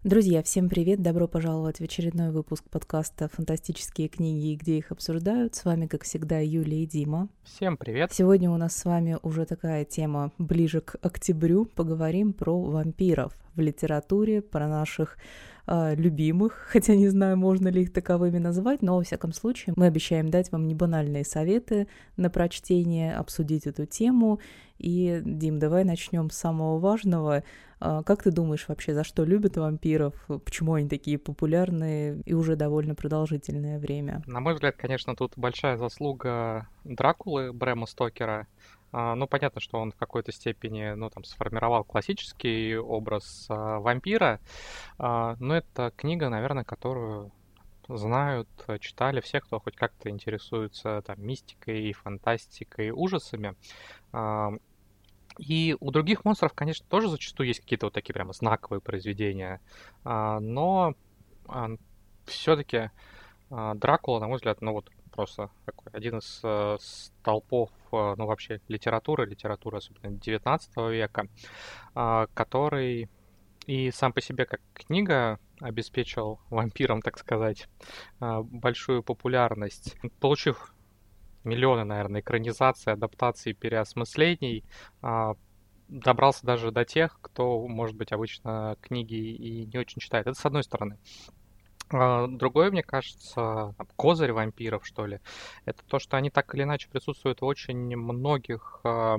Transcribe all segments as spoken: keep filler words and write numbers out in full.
Друзья, всем привет! Добро пожаловать в очередной выпуск подкаста «Фантастические книги и где их обсуждают». С вами, как всегда, Юлия и Дима. Всем привет! Сегодня у нас с вами уже такая тема ближе к октябрю. Поговорим про вампиров в литературе, про наших э, любимых, хотя не знаю, можно ли их таковыми назвать, но, во всяком случае, мы обещаем дать вам небанальные советы на прочтение, обсудить эту тему. И, Дим, давай начнем с самого важного. Как ты думаешь вообще, за что любят вампиров? Почему они такие популярные и уже довольно продолжительное время? На мой взгляд, конечно, тут большая заслуга Дракулы Брэма Стокера. Ну, понятно, что он в какой-то степени, ну, там, сформировал классический образ а, вампира. А, но это книга, наверное, которую знают, читали все, кто хоть как-то интересуется там мистикой, фантастикой, ужасами. А, И у других монстров, конечно, тоже зачастую есть какие-то вот такие прямо знаковые произведения. А, Но все-таки Дракула, на мой взгляд, ну вот просто такой один из э, столпов, э, ну вообще литературы, литературы особенно девятнадцатого века, а, который и сам по себе как книга обеспечил вампирам, так сказать, а, большую популярность, получив миллионы, наверное, экранизаций, адаптаций, переосмыслений, а, добрался даже до тех, кто, может быть, обычно книги и не очень читает. Это с одной стороны. А, Другое, мне кажется, там, козырь вампиров, что ли, это то, что они так или иначе присутствуют в очень многих а,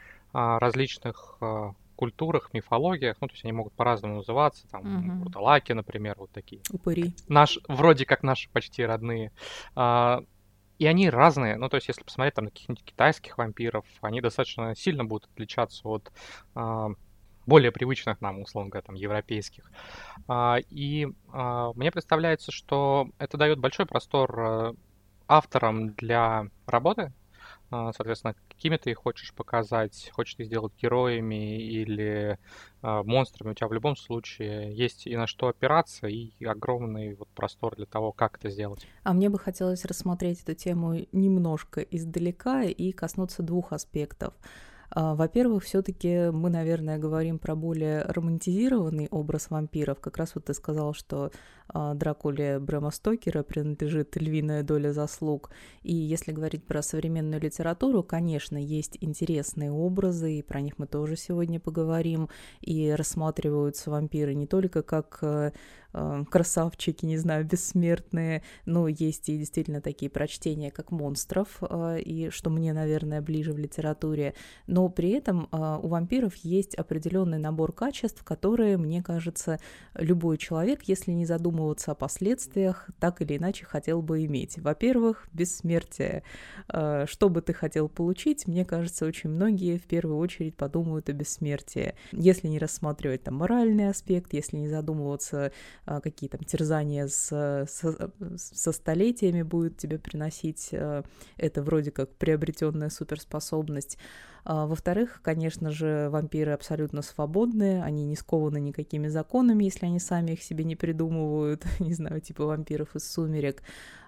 а, различных а, культурах, мифологиях. Ну, то есть они могут по-разному называться. Там, Угу. вурдалаки, например, вот такие. Упыри. Наш, вроде как наши почти родные. А, И они разные. Ну, то есть, если посмотреть там на каких-нибудь китайских вампиров, они достаточно сильно будут отличаться от а, более привычных нам, условно говоря, там, европейских. А, И а, мне представляется, что это дает большой простор э, авторам для работы. А, Соответственно, какими ты их хочешь показать, хочешь ты их сделать героями или а, монстрами, у тебя в любом случае есть и на что опираться, и огромный вот простор для того, как это сделать. А мне бы хотелось рассмотреть эту тему немножко издалека и коснуться двух аспектов. А, Во-первых, все-таки мы, наверное, говорим про более романтизированный образ вампиров. Как раз вот ты сказал, что а, Дракуле Брэма Стокера принадлежит львиная доля заслуг. И если говорить про современную литературу, конечно, есть интересные образы, и про них мы тоже сегодня поговорим. И рассматриваются вампиры не только как э, э, красавчики, не знаю, бессмертные, но есть и действительно такие прочтения, как монстров, э, и что мне, наверное, ближе в литературе. Но при этом э, у вампиров есть определенный набор качеств, которые, мне кажется, любой человек, если не задумываться о последствиях, так или иначе хотел бы иметь. Во-первых, бессмертие. Э, что бы ты хотел получить, мне кажется, очень многие в первую очередь подумают о бессмертии. Если не рассматривать там моральный аспект, если не задумываться, э, какие там терзания с, со, со столетиями будет тебе приносить, э, это вроде как приобретенная суперспособность. Во-вторых, конечно же, вампиры абсолютно свободные, они не скованы никакими законами, если они сами их себе не придумывают, не знаю, типа вампиров из «Сумерек».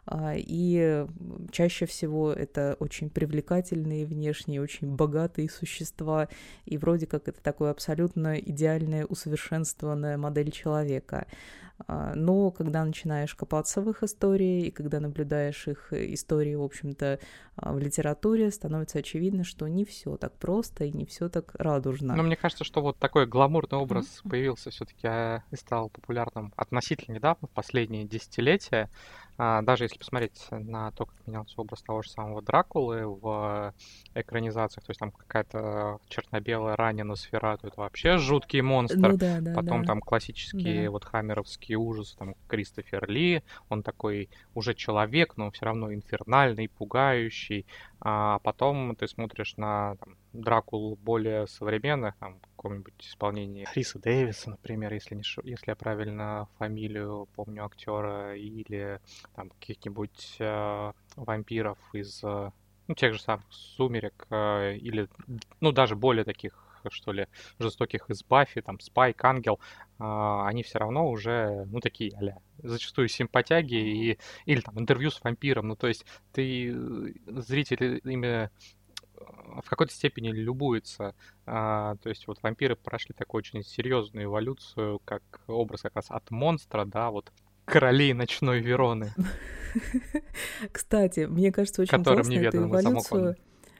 И чаще всего это очень привлекательные внешне, очень богатые существа, и вроде как это такое абсолютно идеальная, усовершенствованная модель человека. Но когда начинаешь копаться в их истории, и когда наблюдаешь их истории, в общем-то, в литературе, становится очевидно, что не все так просто и не все так радужно. Но мне кажется, что вот такой гламурный образ mm-hmm. появился все-таки и стал популярным относительно недавно, в последние десятилетия. Даже если посмотреть на то, как менялся образ того же самого Дракулы в экранизациях, то есть там какая-то черно-белая ранее Носферату, это вообще жуткий монстр. Ну, да, да, Потом да. там классические да. вот хаммеровские ужасы, там Кристофер Ли, он такой уже человек, но все равно инфернальный, пугающий. А потом ты смотришь на там, Дракулу более современных, там, в каком-нибудь исполнении Криса Дэвиса, например, если, не ш... если я правильно фамилию помню актера, или там каких-нибудь э, вампиров из э, ну, тех же самых «Сумерек», э, или, ну, даже более таких, что ли, жестоких из Баффи, там, Спайк, Ангел, э, они все равно уже, ну, такие, а-ля, зачастую симпатяги, и, или там интервью с вампиром, ну, то есть ты, зритель, ими в какой-то степени любуется. А, то есть вот вампиры прошли такую очень серьезную эволюцию, как образ как раз от монстра, да, вот королей ночной Вероны, Кстати, мне кажется, очень которым классно эту неведомый замок он. эволюцию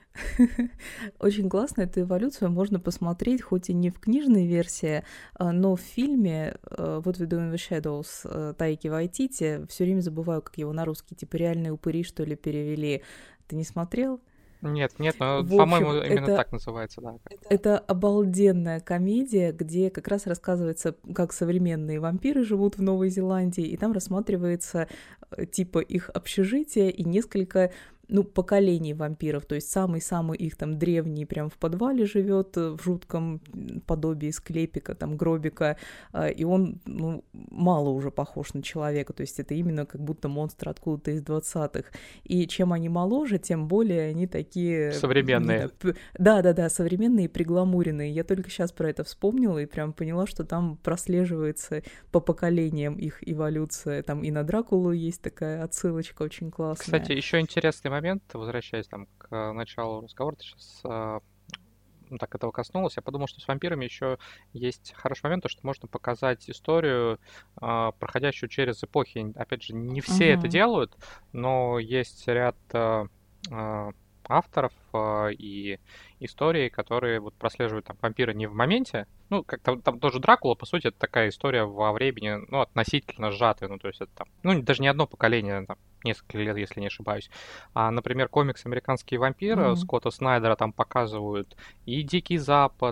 очень классно эту эволюцию можно посмотреть, хоть и не в книжной версии, а, но в фильме э, What We Do in the Shadows э, Тайки Вайтити, все время забываю, как его на русский, типа «Реальные упыри», что ли, перевели. Ты не смотрел? Нет, нет, но, В по-моему, общем, именно это так называется, да. это обалденная комедия, где как раз рассказывается, как современные вампиры живут в Новой Зеландии, и там рассматривается э, типа их общежитие и несколько, ну, поколений вампиров, то есть самый-самый их там древний прям в подвале живет в жутком подобии склепика, там гробика, э, и он, ну, мало уже похож на человека, то есть это именно как будто монстр откуда-то из двадцатых. И чем они моложе, тем более они такие, не Современные. знаю, да-да-да, современные, пригламуренные. Я только сейчас про это вспомнила и прям поняла, что там прослеживается по поколениям их эволюция. Там и на Дракулу есть такая отсылочка очень классная. Кстати, еще интересный момент, возвращаясь там к э, началу разговора, ты сейчас э, ну, так этого коснулась, я подумал, что с вампирами еще есть хороший момент, то, что можно показать историю, э, проходящую через эпохи. Опять же, не все это Мгм. делают, но есть ряд э, э, авторов э, и истории, которые вот прослеживают там вампира не в моменте. Ну, как там, там тоже Дракула, по сути, это такая история во времени, ну, относительно сжатая. Ну, то есть это там, ну, даже не одно поколение, там, несколько лет, если не ошибаюсь. А, например, комикс «Американский вампир» э, Мгм. Скотта Снайдера там показывают и Дикий Запад,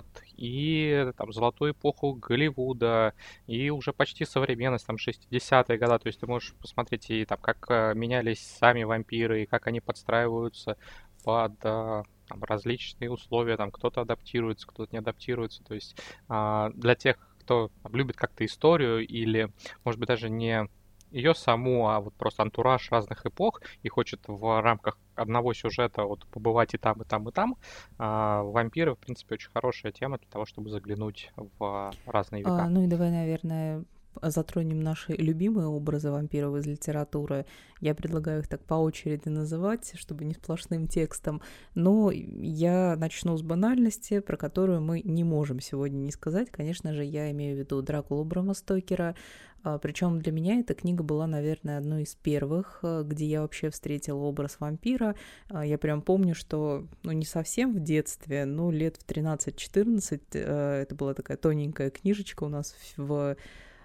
и там золотую эпоху Голливуда, и уже почти современность, там, шестидесятые годы. То есть ты можешь посмотреть и там, как э, менялись сами вампиры, и как они подстраиваются под э, там, различные условия, там кто-то адаптируется, кто-то не адаптируется. То есть а, для тех, кто там, любит как-то историю или, может быть, даже не ее саму, а вот просто антураж разных эпох и хочет в рамках одного сюжета вот побывать и там, и там, и там, а, вампиры, в принципе, очень хорошая тема для того, чтобы заглянуть в разные А, века. ну и давай, наверное, затронем наши любимые образы вампиров из литературы. Я предлагаю их так по очереди называть, чтобы не сплошным текстом. Но я начну с банальности, про которую мы не можем сегодня не сказать. Конечно же, я имею в виду Дракулу Брэма Стокера. Причем для меня эта книга была, наверное, одной из первых, а, где я вообще встретила образ вампира. А, Я прям помню, что, ну, не совсем в детстве, но лет в тринадцать-четырнадцать э, это была такая тоненькая книжечка у нас в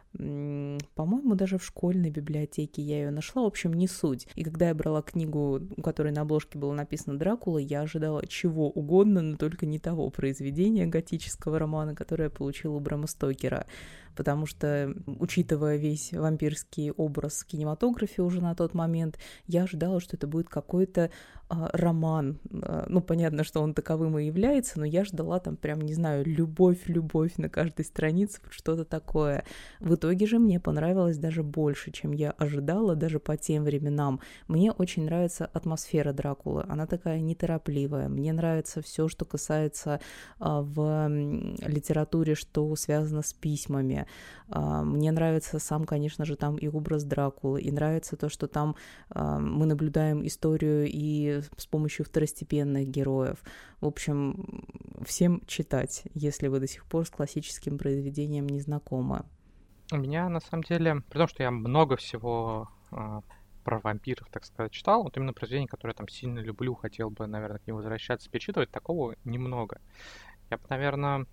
м, по-моему, даже в школьной библиотеке я ее нашла, в общем, не суть. И когда я брала книгу, у которой на обложке было написано «Дракула», я ожидала чего угодно, но только не того произведения готического романа, которое я получила у Брэма Стокера. Потому что, учитывая весь вампирский образ в кинематографе уже на тот момент, я ожидала, что это будет какой-то а, роман. А, ну, понятно, что он таковым и является, но я ждала там прям, не знаю, любовь-любовь на каждой странице, вот что-то такое. В итоге же мне понравилось даже больше, чем я ожидала, даже по тем временам. Мне очень нравится атмосфера Дракулы, она такая неторопливая. Мне нравится все, что касается а, в м, литературе, что связано с письмами. А, Мне нравится сам, конечно же, там и образ Дракулы, и нравится то, что там а, мы наблюдаем историю и с помощью второстепенных героев. В общем, всем читать, если вы до сих пор с классическим произведением не знакомы. У меня, на самом деле, при том, что я много всего а, про вампиров, так сказать, читал, вот именно произведения, которые я там сильно люблю, хотел бы, наверное, к ним возвращаться, перечитывать, такого немного. Я бы, наверное,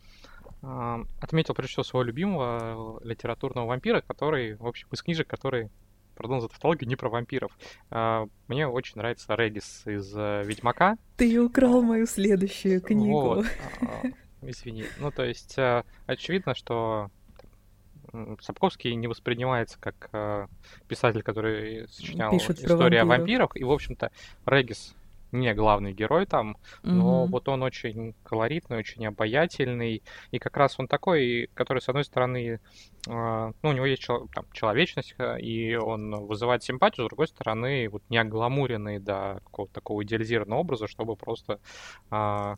а, отметил, прежде всего, своего любимого э, литературного вампира, который, в общем, из книжек, который, пардон за тавтологию, не про вампиров. А, Мне очень нравится Регис из э, Ведьмака. Ты А, украл мою следующую Вот, книгу. а, извини. Ну, то есть, э, очевидно, что м, Сапковский не воспринимается как э, писатель, который сочинял Пишет про истории о вампиров. вампирах. И, в общем-то, Регис не главный герой там, но Мгм. вот он очень колоритный, очень обаятельный. И как раз он такой, который, с одной стороны, э, ну, у него есть чел- там, человечность, э, и он вызывает симпатию, с другой стороны, вот не огламуренный до какого-то такого идеализированного образа, чтобы просто а,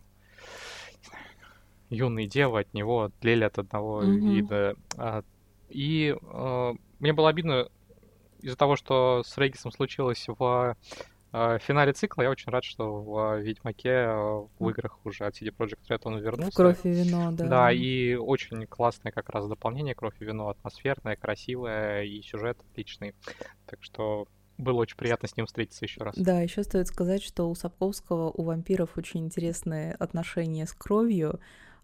юные девы от него тлели от одного Мгм. вида. А, И э, мне было обидно из-за того, что с Регисом случилось в в финале цикла я очень рад, что в «Ведьмаке» в играх уже от си ди Projekt Red он вернулся. В «Кровь и вино», да. Да, и очень классное как раз дополнение «Кровь и вино», атмосферное, красивое, и сюжет отличный. Так что было очень приятно с ним встретиться еще раз. Да, еще стоит сказать, что у Сапковского, у вампиров очень интересные отношения с кровью,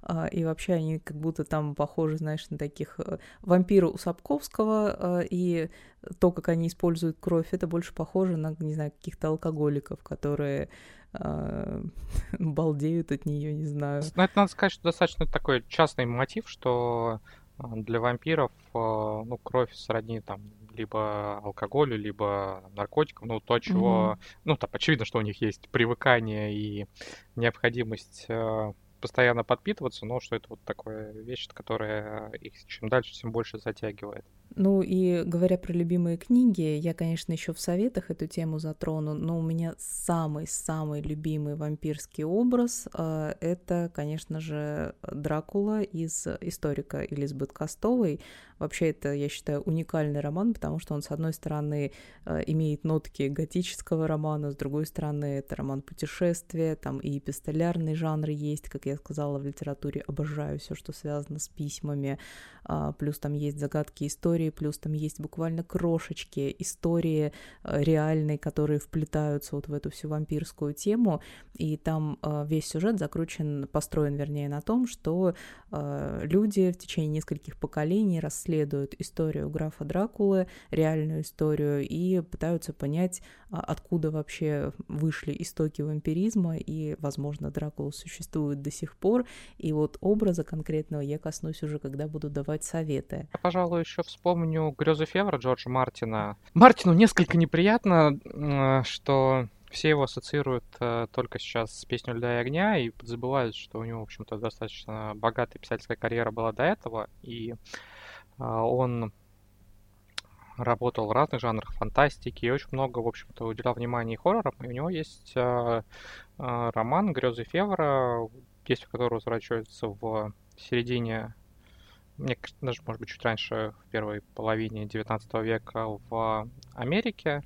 и вообще они как будто там похожи, знаешь, на таких вампиры у Сапковского, и то, как они используют кровь, это больше похоже на, не знаю, каких-то алкоголиков, которые э, балдеют от нее, не знаю. Ну, это надо сказать, что достаточно такой частный мотив, что для вампиров, ну, кровь сродни там либо алкоголю, либо наркотикам, ну, то, чего, mm-hmm. ну, там очевидно, что у них есть привыкание и необходимость постоянно подпитываться, но что это вот такая вещь, которая их чем дальше, тем больше затягивает. Ну и говоря про любимые книги, я, конечно, еще в советах эту тему затрону, но у меня самый-самый любимый вампирский образ э, это, конечно же, Дракула из «Историка» Элизабет Костовой. Вообще это, я считаю, уникальный роман, потому что он, с одной стороны, э, имеет нотки готического романа, с другой стороны, это роман путешествия, там и эпистолярный жанр есть, как я сказала, в литературе обожаю все, что связано с письмами, э, плюс там есть загадки истории, плюс там есть буквально крошечки истории э, реальные, которые вплетаются вот в эту всю вампирскую тему, и там э, весь сюжет закручен, построен, вернее, на том, что э, люди в течение нескольких поколений расследуют историю графа Дракулы, реальную историю, и пытаются понять, откуда вообще вышли истоки вампиризма, и, возможно, Дракула существует до сих пор, и вот образа конкретного я коснусь уже, когда буду давать советы. Я, пожалуй, еще вспомню Помню «Грёзы Февра» Джорджа Мартина. Мартину несколько неприятно, что все его ассоциируют только сейчас с «Песней льда и огня» и забывают, что у него, в общем-то, достаточно богатая писательская карьера была до этого, и он работал в разных жанрах фантастики и очень много, в общем-то, уделял внимания и хоррорам. И у него есть роман «Грёзы Февра», действие которого возвращается в середине, мне кажется, даже, может быть, чуть раньше, в первой половине девятнадцатого века в Америке.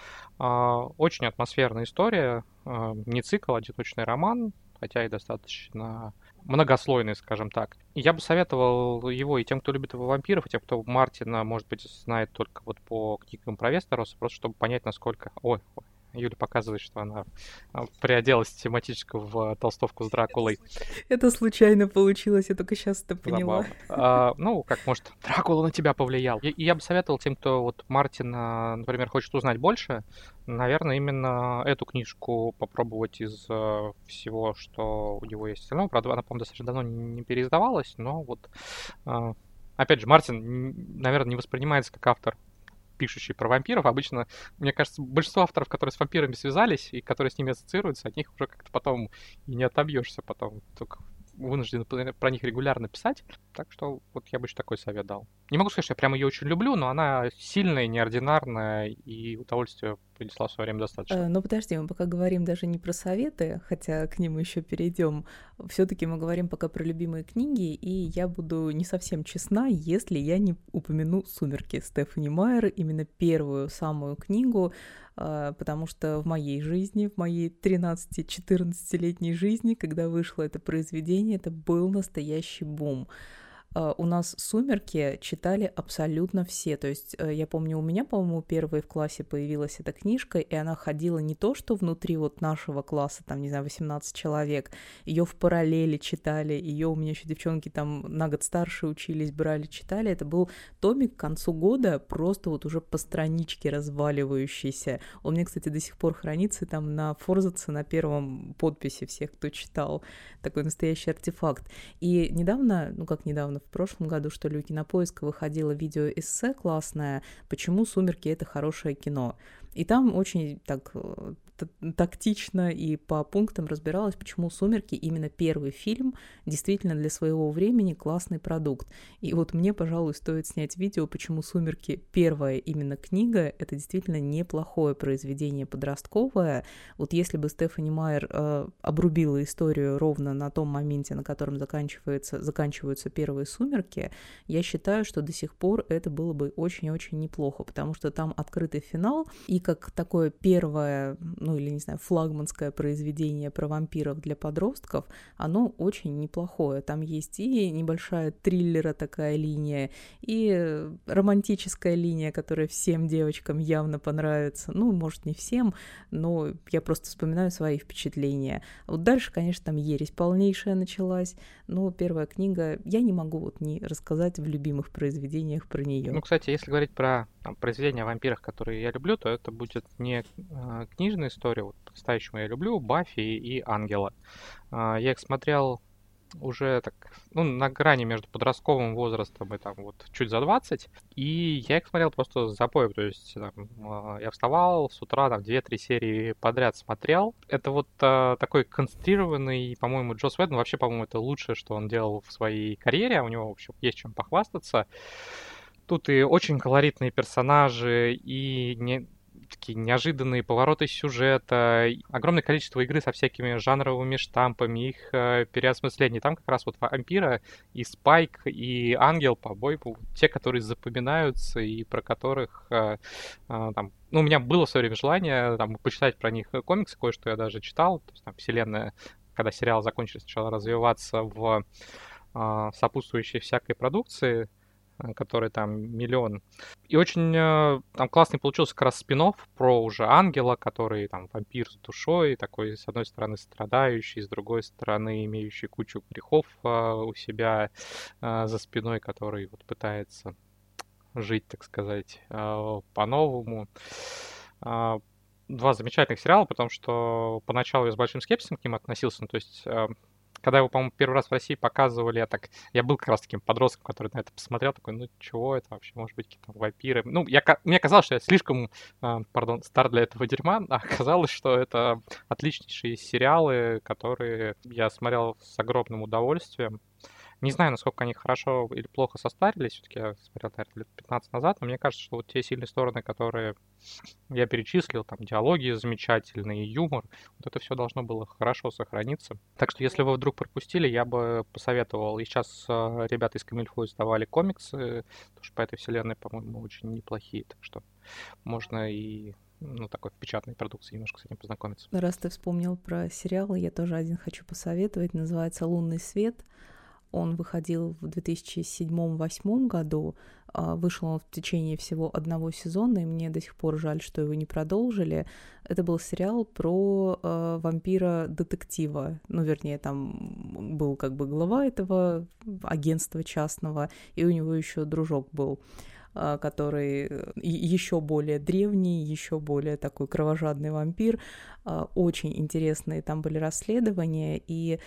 Очень атмосферная история, не цикл, а одиночный роман, хотя и достаточно многослойный, скажем так. Я бы советовал его и тем, кто любит его вампиров, и тем, кто Мартина, может быть, знает только вот по книгам про Вестерос, просто чтобы понять, насколько... Ой, Юля показывает, что она приоделась тематически в толстовку с Дракулой. Это случайно получилось, я только сейчас это поняла. А, ну, как, может, Дракула на тебя повлиял. И, и я бы советовал тем, кто вот Мартина, например, хочет узнать больше, наверное, именно эту книжку попробовать из uh, всего, что у него есть остального. Правда, она, по-моему, достаточно давно не переиздавалась, но вот... Uh, опять же, Мартин, наверное, не воспринимается как автор, пишущий про вампиров. Обычно, мне кажется, большинство авторов, которые с вампирами связались и которые с ними ассоциируются, от них уже как-то потом и не отобьешься, потом только вынуждены про них регулярно писать. Так что вот я бы еще такой совет дал. Не могу сказать, что я прямо ее очень люблю, но она сильная, неординарная, и удовольствия принесла в свое время достаточно. Э, но подожди, мы пока говорим даже не про советы, хотя к ним еще перейдем. Все-таки мы говорим пока про любимые книги, и я буду не совсем честна, если я не упомяну «Сумерки» Стефани Майер, именно первую самую книгу, потому что в моей жизни, в моей тринадцати-четырнадцатилетней жизни, когда вышло это произведение, это был настоящий бум. У нас «Сумерки» читали абсолютно все. То есть я помню, у меня, по-моему, первой в классе появилась эта книжка, и она ходила не то, что внутри вот нашего класса, там, не знаю, восемнадцать человек, ее в параллели читали, ее у меня еще девчонки там на год старше учились, брали, читали. Это был томик к концу года, просто вот уже по страничке разваливающийся. Он мне, кстати, до сих пор хранится там на форзаце, на первом подписи всех, кто читал. Такой настоящий артефакт. И недавно, ну как недавно, в прошлом году, что ли, у Кинопоиска выходило видео-эссе классное «Почему «Сумерки» — это хорошее кино». И там очень так тактично и по пунктам разбиралась, почему «Сумерки» именно первый фильм действительно для своего времени классный продукт. И вот мне, пожалуй, стоит снять видео, почему «Сумерки» первая именно книга — это действительно неплохое произведение подростковое. Вот если бы Стефани Майер э, обрубила историю ровно на том моменте, на котором заканчивается, заканчиваются первые «Сумерки», я считаю, что до сих пор это было бы очень-очень неплохо, потому что там открытый финал, и как такое первое, ну или, не знаю, флагманское произведение про вампиров для подростков, оно очень неплохое. Там есть и небольшая триллера такая линия, и романтическая линия, которая всем девочкам явно понравится. Ну, может, не всем, но я просто вспоминаю свои впечатления. Вот дальше, конечно, там ересь полнейшая началась, но первая книга, я не могу вот не рассказать в любимых произведениях про нее. Ну, кстати, если говорить про там, произведения о вампирах, которые я люблю, то это будет не э, книжная история, вот по-настоящему я люблю Баффи и Ангела. Э, я их смотрел уже так, ну, на грани между подростковым возрастом и там вот чуть за двадцать, и я их смотрел просто с запоем, то есть там, э, я вставал с утра, там, две-три серии подряд смотрел. Это вот э, такой концентрированный, по-моему, Джосс Уэдон, вообще, по-моему, это лучшее, что он делал в своей карьере, у него, в общем, есть чем похвастаться. Тут и очень колоритные персонажи, и не, такие неожиданные повороты сюжета, огромное количество игры со всякими жанровыми штампами, их э, переосмысление. Там как раз вот вампира и Спайк, и Ангел, по-моему, те, которые запоминаются и про которых э, э, там, ну, у меня было в свое время желание там, почитать про них комиксы, кое-что я даже читал. То есть там вселенная, когда сериал закончился, начала развиваться в э, сопутствующей всякой продукции, который там миллион. И очень э, там классный получился как раз спин-офф про уже ангела, который там вампир с душой, такой, с одной стороны, страдающий, с другой стороны, имеющий кучу грехов э, у себя э, за спиной, который вот пытается жить, так сказать, э, по-новому. Э, два замечательных сериала, потому что поначалу я с большим скепсисом к ним относился, ну, то есть... Э, Когда его, по-моему, первый раз в России показывали, я так... Я был как раз таким подростком, который на это посмотрел, такой, ну, чего это вообще, может быть, какие-то вампиры? Ну, я, мне казалось, что я слишком, э, пардон, стар для этого дерьма, а оказалось, что это отличнейшие сериалы, которые я смотрел с огромным удовольствием. Не знаю, насколько они хорошо или плохо состарились, все-таки я смотрел, наверное, лет пятнадцать назад, но мне кажется, что вот те сильные стороны, которые я перечислил, там, диалоги замечательные, юмор, вот это все должно было хорошо сохраниться. Так что, если вы вдруг пропустили, я бы посоветовал. И сейчас э, ребята из Камильфо издавали комиксы, тоже по этой вселенной, по-моему, очень неплохие, так что можно и ну, такой в печатной продукции немножко с этим познакомиться. Раз ты вспомнил про сериалы, я тоже один хочу посоветовать, называется «Лунный свет». Он выходил в две тысячи седьмом-две тысячи восьмом году, вышел он в течение всего одного сезона, и мне до сих пор жаль, что его не продолжили. Это был сериал про э, вампира-детектива, ну, вернее, там был как бы глава этого агентства частного, и у него еще дружок был, который еще более древний, еще более такой кровожадный вампир. Очень интересные там были расследования, и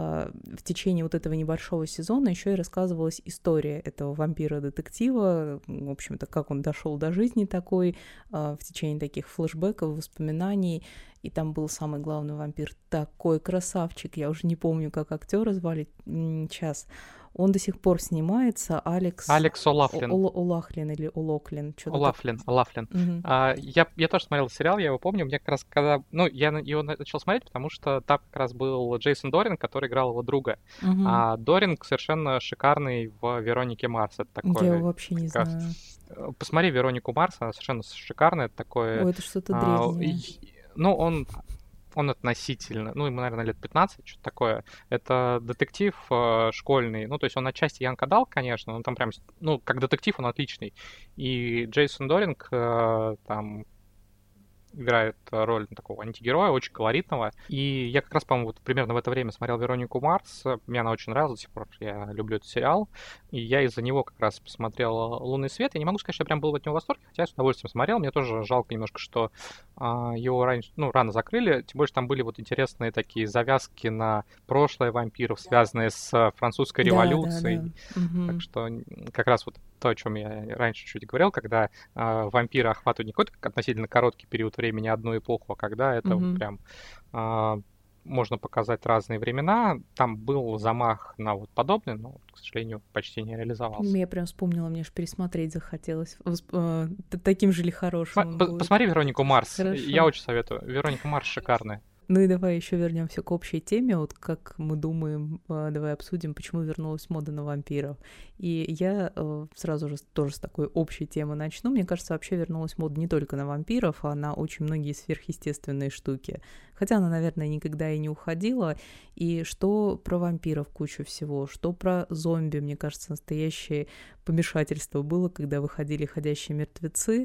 в течение вот этого небольшого сезона еще и рассказывалась история этого вампира-детектива, в общем-то, как он дошел до жизни такой, в течение таких флешбеков, воспоминаний. И там был самый главный вампир, такой красавчик, я уже не помню, как актера звали, сейчас. Он до сих пор снимается, Алекс... Алекс Олафлин. О- О- Олахлин или Олоклин. Олафлин, так... Олафлин. Угу. А, я, я тоже смотрел сериал, я его помню. Мне как раз когда... Ну, я его начал смотреть, потому что там как раз был Джейсон Доринг, который играл его друга. Угу. А Доринг совершенно шикарный в «Веронике Марс». Это такое... Я его вообще не как... знаю. Посмотри «Веронику Марс», она совершенно шикарная. Это такое... Ой, это что-то древнее. А, ну, он... Он относительно, ну, ему, наверное, лет пятнадцать, что-то такое. Это детектив э, школьный. Ну, то есть он отчасти Янг Адалт, конечно, но там прям, ну, как детектив он отличный. И Джейсон Доринг э, там играет роль такого антигероя, очень колоритного. И я как раз, по-моему, вот примерно в это время смотрел «Веронику Марс». Мне она очень нравилась, до сих пор я люблю этот сериал. И я из-за него как раз посмотрел «Лунный свет». Я не могу сказать, что я прям был от него в восторге, хотя я с удовольствием смотрел. Мне тоже жалко немножко, что а, его раньше, ну, рано закрыли. Тем более, что там были вот интересные такие завязки на прошлое вампиров, связанные с французской революцией. Да, да, да. Так что как раз вот то, о чем я раньше чуть говорил, когда э, вампиры охватывают не какой-то относительно короткий период времени, одну эпоху, а когда это mm-hmm. прям э, можно показать разные времена. Там был замах на вот подобное, но, к сожалению, почти не реализовался. Я прям вспомнила, мне аж пересмотреть захотелось. Таким же ли хорошим? По- посмотри «Веронику Марс». Хорошо. Я очень советую. «Вероника Марс» шикарная. Ну и давай еще вернемся к общей теме, вот как мы думаем, давай обсудим, почему вернулась мода на вампиров. И я сразу же тоже с такой общей темы начну. Мне кажется, вообще вернулась мода не только на вампиров, а на очень многие сверхъестественные штуки. Хотя она, наверное, никогда и не уходила. И что про вампиров кучу всего, что про зомби, мне кажется, настоящее помешательство было, когда выходили «Ходячие мертвецы»,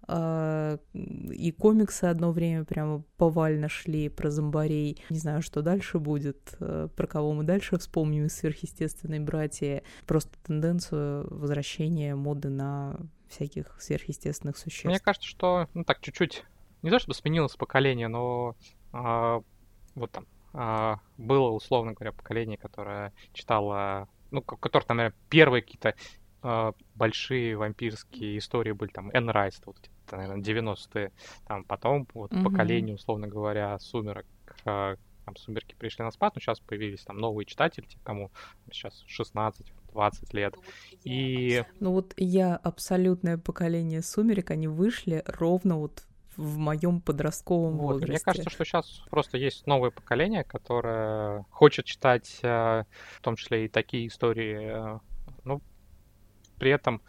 и комиксы одно время прямо повально шли про зомбарей. Не знаю, что дальше будет, про кого мы дальше вспомним из «Сверхъестественной братьи». Просто тенденцию возвращения моды на всяких сверхъестественных существ. Мне кажется, что, ну так, чуть-чуть, не то чтобы сменилось поколение, но а, вот там а, было, условно говоря, поколение, которое читало, ну, которое там, наверное, первые какие-то а, большие вампирские истории были, там, Энн Райс, вот, наверное, девяностые, там, потом вот mm-hmm. поколение, условно говоря, «Сумерек», там, «Сумерки» пришли на спад, но сейчас появились там новые читатели, те, кому сейчас шестнадцать-двадцать лет, и... Ну вот я абсолютное поколение «Сумерек», они вышли ровно вот в моем подростковом вот, возрасте. Мне кажется, что сейчас просто есть новое поколение, которое хочет читать, в том числе и такие истории, ну, при этом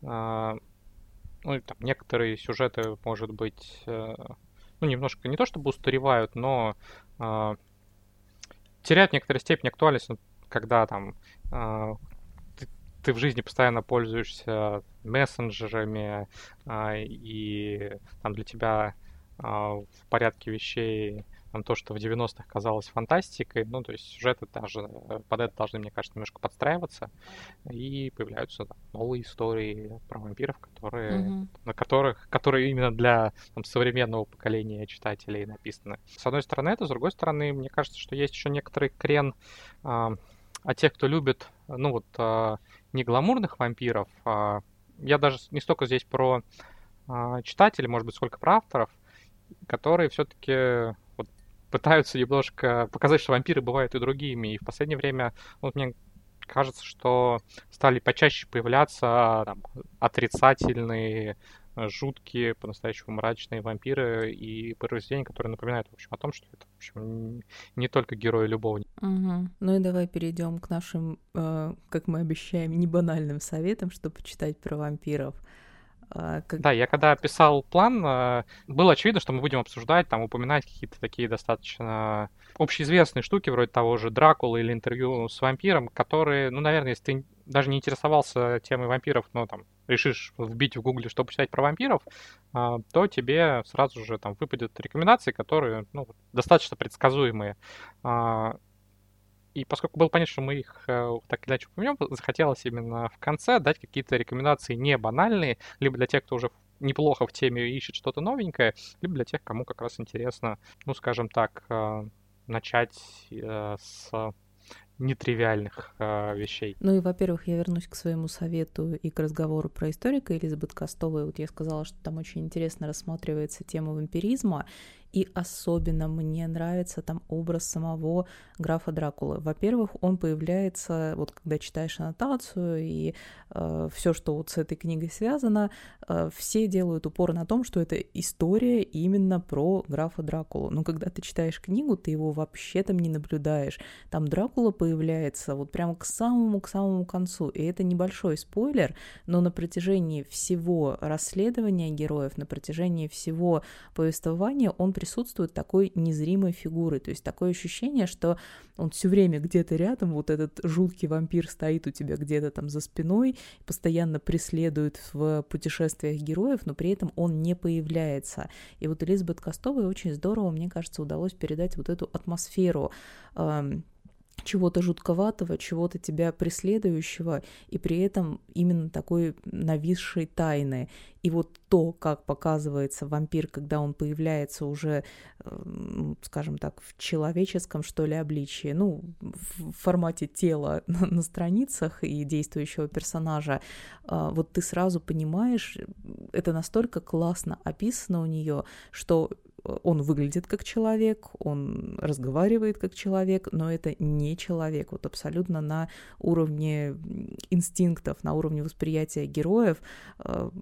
ну, там, некоторые сюжеты, может быть, э, ну, немножко не то чтобы устаревают, но э, теряют в некоторой степени актуальность, ну, когда там э, ты, ты в жизни постоянно пользуешься мессенджерами, э, и там для тебя э, в порядке вещей там, то, что в девяностых казалось фантастикой, ну, то есть сюжеты даже под это должны, мне кажется, немножко подстраиваться, и появляются там, новые истории про вампиров, которые, mm-hmm. на которых, которые именно для там, современного поколения читателей написаны. С одной стороны это, с другой стороны, мне кажется, что есть еще некоторый крен а, от тех, кто любит, ну, вот, а, не гламурных вампиров, а, я даже не столько здесь про а, читателей, может быть, сколько про авторов, которые все-таки вот, пытаются немножко показать, что вампиры бывают и другими. И в последнее время, вот мне кажется, что стали почаще появляться там, отрицательные, жуткие, по-настоящему мрачные вампиры и произведения, которые напоминают, в общем, о том, что это, в общем, не только герои-любовники. Угу. Ну и давай перейдем к нашим, э, как мы обещаем, не банальным советам, чтобы почитать про вампиров. Как... Да, я когда писал план, было очевидно, что мы будем обсуждать, там, упоминать какие-то такие достаточно общеизвестные штуки, вроде того же Дракулы или интервью с вампиром, которые, ну, наверное, если ты даже не интересовался темой вампиров, но там решишь вбить в гугле, что почитать про вампиров, то тебе сразу же там выпадут рекомендации, которые, ну, достаточно предсказуемые. И поскольку было понятно, что мы их э, так или иначе упомянем, захотелось именно в конце дать какие-то рекомендации не банальные, либо для тех, кто уже неплохо в теме ищет что-то новенькое, либо для тех, кому как раз интересно, ну, скажем так, э, начать э, с нетривиальных э, вещей. Ну и, во-первых, я вернусь к своему совету и к разговору про историка Элизабет Костовой. Вот я сказала, что там очень интересно рассматривается тема вампиризма, и особенно мне нравится там образ самого графа Дракулы. Во-первых, он появляется, вот когда читаешь аннотацию и э, все, что вот с этой книгой связано, э, все делают упор на том, что это история именно про графа Дракулу. Но когда ты читаешь книгу, ты его вообще там не наблюдаешь. Там Дракула появляется вот прямо к самому, к самому концу. И это небольшой спойлер, но на протяжении всего расследования героев, на протяжении всего повествования он присутствует такой незримой фигурой. То есть такое ощущение, что он все время где-то рядом, вот этот жуткий вампир стоит у тебя где-то там за спиной, постоянно преследует в путешествиях героев, но при этом он не появляется. И вот Элизабет Костовой очень здорово, мне кажется, удалось передать вот эту атмосферу эм, чего-то жутковатого, чего-то тебя преследующего, и при этом именно такой нависшей тайны. И вот то, как показывается вампир, когда он появляется уже, скажем так, в человеческом, что ли, обличии, ну, в формате тела на, на страницах и действующего персонажа, вот ты сразу понимаешь, это настолько классно описано у нее, что он выглядит как человек, он разговаривает как человек, но это не человек. Вот абсолютно на уровне инстинктов, на уровне восприятия героев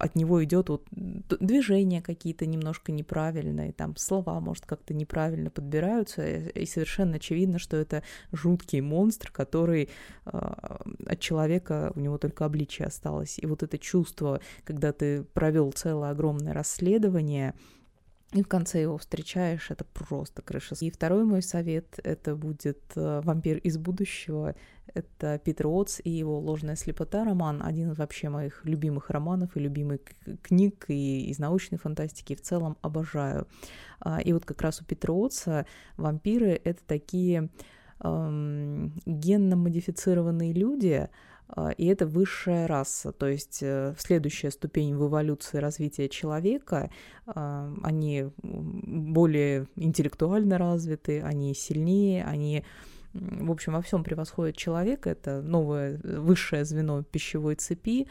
от него идет вот движения какие-то немножко неправильные, там слова, может, как-то неправильно подбираются, и совершенно очевидно, что это жуткий монстр, который э, от человека, у него только обличие осталось. И вот это чувство, когда ты провел целое огромное расследование, и в конце его встречаешь, это просто крыша. И второй мой совет — это будет э, «Вампир из будущего». Это Питер Уотс и его «Ложная слепота» роман. Один из вообще моих любимых романов и любимых книг и из научной фантастики в целом обожаю. А, и вот как раз у Питера Уотса вампиры — это такие эм, генно-модифицированные люди, и это высшая раса, то есть следующая ступень в эволюции развития человека. Они более интеллектуально развиты, они сильнее, они, в общем, во всем превосходят человека. Это новое высшее звено пищевой цепи.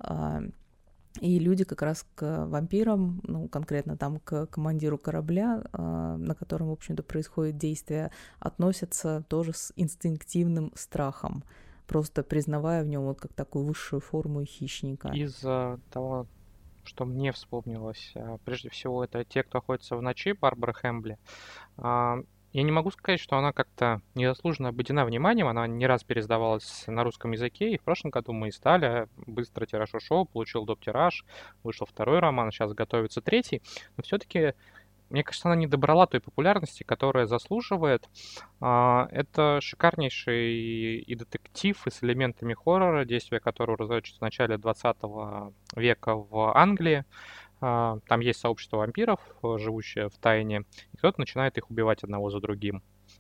И люди как раз к вампирам, ну, конкретно там к командиру корабля, на котором, в общем-то, происходит действие, относятся тоже с инстинктивным страхом, просто признавая в нем вот как такую высшую форму хищника. Из того, что мне вспомнилось, прежде всего, это «Те, кто охотится в ночи» Барбары Хэмбли. Я не могу сказать, что она как-то незаслуженно обойдена вниманием, она не раз переиздавалась на русском языке, и в прошлом году мы издали, быстро тираж ушел, получил доп. Тираж, вышел второй роман, сейчас готовится третий, но все-таки мне кажется, она не добрала той популярности, которая заслуживает. Это шикарнейший и детектив, и с элементами хоррора, действия которого разворачиваются в начале двадцатого века в Англии. Там есть сообщество вампиров, живущее в тайне, и кто-то начинает их убивать одного за другим.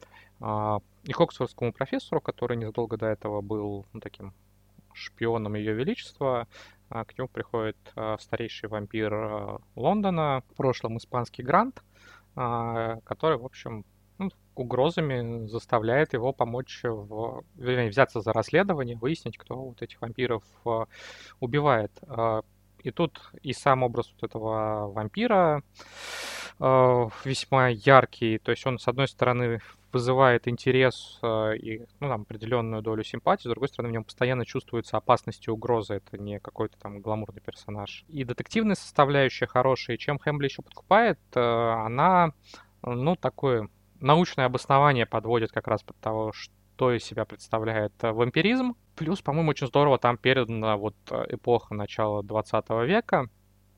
И к оксфордскому профессору, который незадолго до этого был ну, таким шпионом Ее Величества, к нему приходит старейший вампир Лондона, в прошлом испанский Грант, который, в общем, ну, угрозами заставляет его помочь, в, вернее, взяться за расследование, выяснить, кто вот этих вампиров убивает. И тут и сам образ вот этого вампира весьма яркий, то есть он, с одной стороны, вызывает интерес э, и ну, там, определенную долю симпатии, с другой стороны, в нем постоянно чувствуется опасность и угроза, это не какой-то там гламурный персонаж. И детективная составляющая хорошая, и чем Хэмбли еще подкупает, э, она, ну, такое научное обоснование подводит как раз под того, что из себя представляет вампиризм. Плюс, по-моему, очень здорово там передана вот эпоха начала двадцатого века.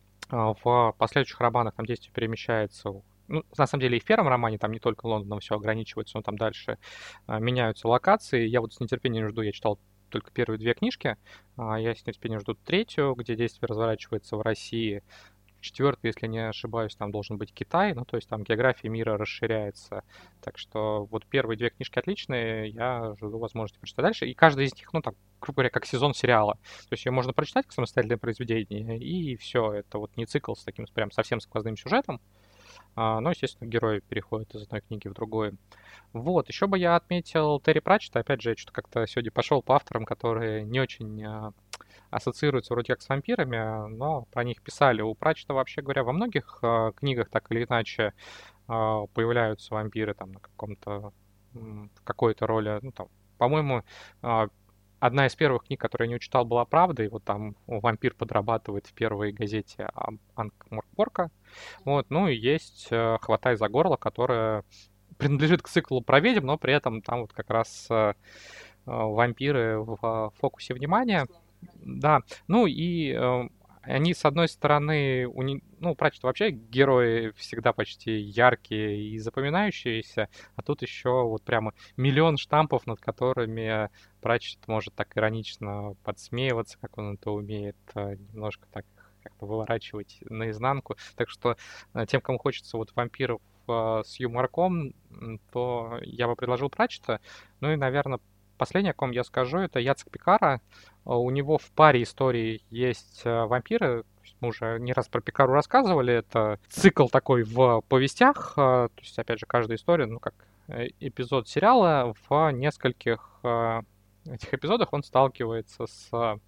В последующих романах там действие перемещается. Ну, на самом деле и в первом романе там не только Лондоном все ограничивается, но там дальше а, меняются локации. Я вот с нетерпением жду, я читал только первые две книжки, а, я с нетерпением жду третью, где действие разворачивается в России. Четвертый, если не ошибаюсь, там должен быть Китай, ну, то есть там география мира расширяется. Так что вот первые две книжки отличные, я жду возможности прочитать дальше. И каждая из них, ну, так, грубо говоря, как сезон сериала. То есть ее можно прочитать как самостоятельное произведение, и все, это вот не цикл с таким прям совсем сквозным сюжетом. Но, естественно, герои переходят из одной книги в другую. Вот, еще бы я отметил Терри Пратчетта. Опять же, я что-то как-то сегодня пошел по авторам, которые не очень ассоциируются вроде как с вампирами, но про них писали. У Пратчетта, вообще говоря, во многих э, книгах так или иначе э, появляются вампиры там на каком-то, в какой-то роли. Ну, там, по-моему, э, одна из первых книг, которую я не читал, была «Правда», и вот там вампир подрабатывает в первой газете Анкморпорка. Вот, ну и есть э, «Хватай за горло», которая принадлежит к циклу про ведьм, но при этом там вот как раз э, вампиры в фокусе внимания. Да, ну и э, они, с одной стороны, у не... ну, Пратчетт вообще герои всегда почти яркие и запоминающиеся, а тут еще вот прямо миллион штампов, над которыми Пратчетт может так иронично подсмеиваться, как он это умеет, немножко так как-то выворачивать наизнанку. Так что тем, кому хочется вот вампиров с юморком, то я бы предложил Пратчетта. Ну и, наверное, последнее, о ком я скажу, это Яцек Пикара. У него в паре историй есть вампиры. Мы уже не раз про Пикару рассказывали. Это цикл такой в повестях. То есть, опять же, каждая история, ну, как эпизод сериала. В нескольких этих эпизодах он сталкивается с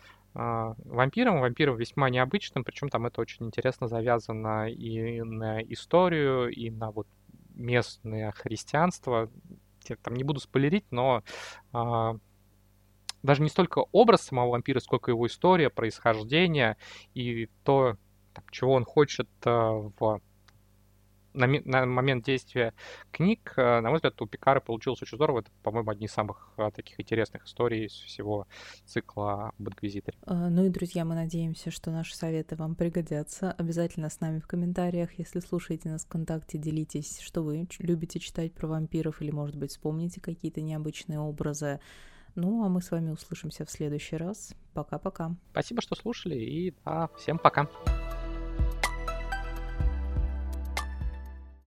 вампиром. Вампиром весьма необычным. Причем там это очень интересно завязано и на историю, и на вот местное христианство. Там не буду спойлерить, но даже не столько образ самого вампира, сколько его история, происхождение и то, там, чего он хочет э, в на, ми- на момент действия книг, э, на мой взгляд, у Пикара получилось очень здорово. Это, по-моему, одни из самых э, таких интересных историй из всего цикла об Инквизиторе. А, Ну и, друзья, мы надеемся, что наши советы вам пригодятся. Обязательно с нами в комментариях, если слушаете нас ВКонтакте, делитесь, что вы ч- любите читать про вампиров или, может быть, вспомните какие-то необычные образы. Ну, а мы с вами услышимся в следующий раз. Пока-пока. Спасибо, что слушали, и да, всем пока.